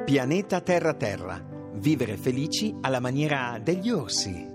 Pianeta Terra Terra. Vivere felici alla maniera degli orsi.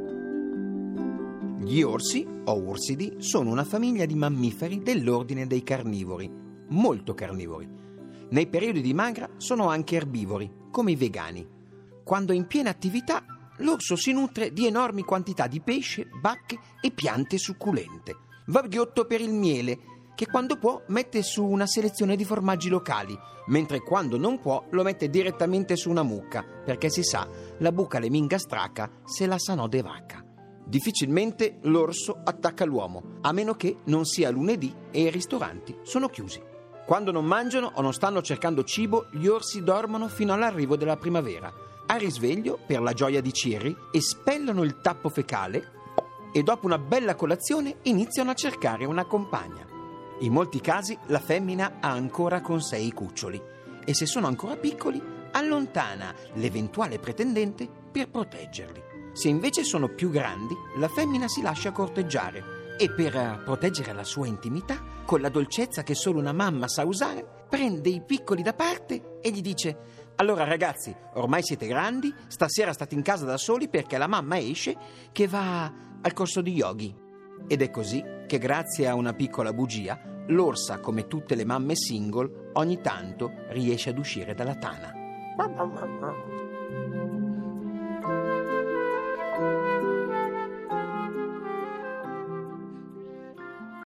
Gli orsi, o ursidi, sono una famiglia di mammiferi dell'ordine dei carnivori, molto carnivori. Nei periodi di magra sono anche erbivori, come i vegani. Quando è in piena attività, l'orso si nutre di enormi quantità di pesce, bacche e piante succulente. Va ghiotto per il miele, che quando può mette su una selezione di formaggi locali, mentre quando non può lo mette direttamente su una mucca, perché si sa, la buca le minga straca se la sanò de vacca. Difficilmente l'orso attacca l'uomo, a meno che non sia lunedì e i ristoranti sono chiusi. Quando non mangiano o non stanno cercando cibo, gli orsi dormono fino all'arrivo della primavera. Al risveglio, per la gioia di Ciri, espellono il tappo fecale e dopo una bella colazione iniziano a cercare una compagna. In molti casi la femmina ha ancora con sé i cuccioli e se sono ancora piccoli allontana l'eventuale pretendente per proteggerli. Se invece sono più grandi, la femmina si lascia corteggiare e per proteggere la sua intimità, con la dolcezza che solo una mamma sa usare, prende i piccoli da parte e gli dice: «Allora ragazzi, ormai siete grandi, stasera state in casa da soli perché la mamma esce che va al corso di yogi». Ed è così che grazie a una piccola bugia, l'orsa, come tutte le mamme single, ogni tanto riesce ad uscire dalla tana.